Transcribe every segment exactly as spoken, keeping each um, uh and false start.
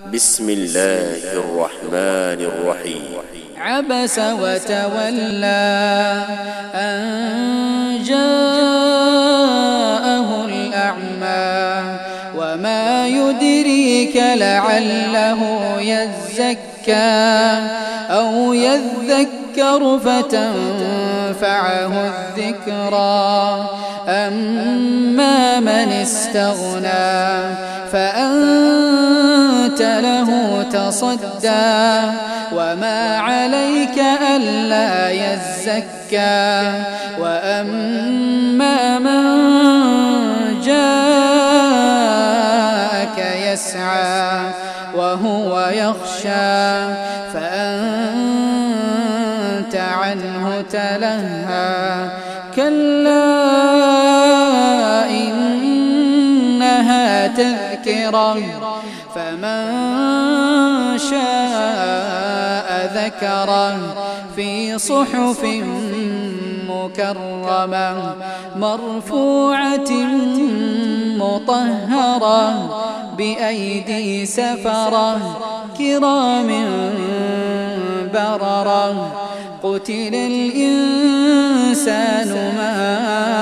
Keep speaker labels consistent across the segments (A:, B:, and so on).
A: بسم الله الرحمن الرحيم.
B: عبس وتولى أن جاءه الأعمى وما يدريك لعله يزكى أو يذكر فتنفعه الذكرى. أما من استغنى فأنت له تصدى وما عليك ألا يزكى. وأما من جاءك يسعى وهو يخشى فأنت عنه تلهى. كلا إنها تذكرة فمن شاء ذكره في صحف مكرمة مرفوعة مطهرة بأيدي سفرة كرام بررة. قتل الإنسان ما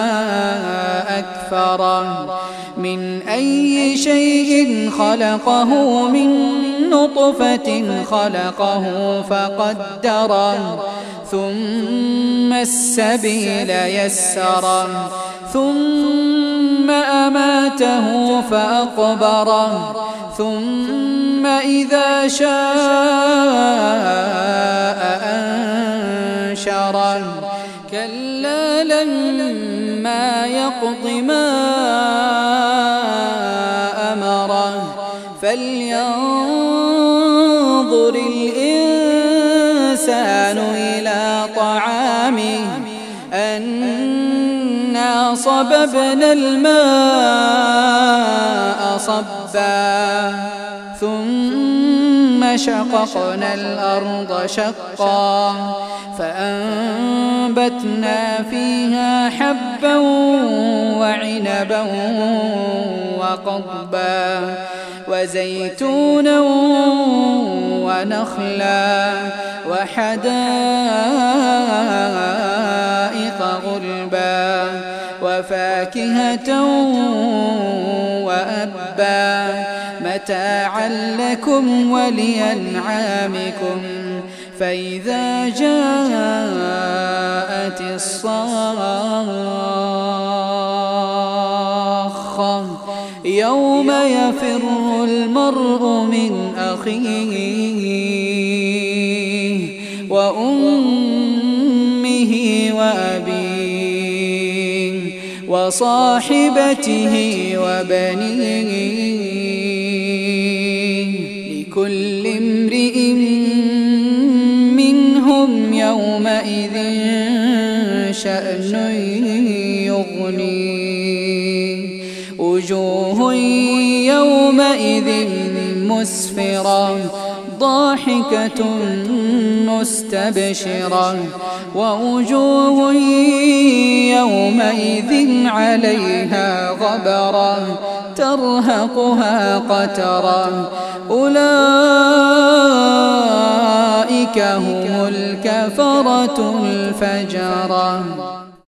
B: أكفره من أي شيء خلقه من نطفة خلقه فقدره ثم السبيل يسره ثم أماته فأقبره ثم إذا شاء أنشره. كلا لما يقض ما أمره فلينظر الإنسان إلى طعامه أنا صببنا الماء صبا ثم شققنا الأرض شقا فأنبتنا فيها حبا وعنبا وقضبا وزيتونا ونخلا وحدائق غلبا وفاكهة وأبا متاعا لكم ولأنعامكم. فإذا جاءت الصاخة يوم يفر المرء من أخيه وأمه وأبيه وصاحبته وبنيه لكل امرئ منهم يومئذ شأن يغنيه. وجوه يومئذ مسفرة ضاحكة مستبشرة ووجوه يومئذ عليها غبرة ترهقها قترة. أولئك هم الكفرة الفجرة.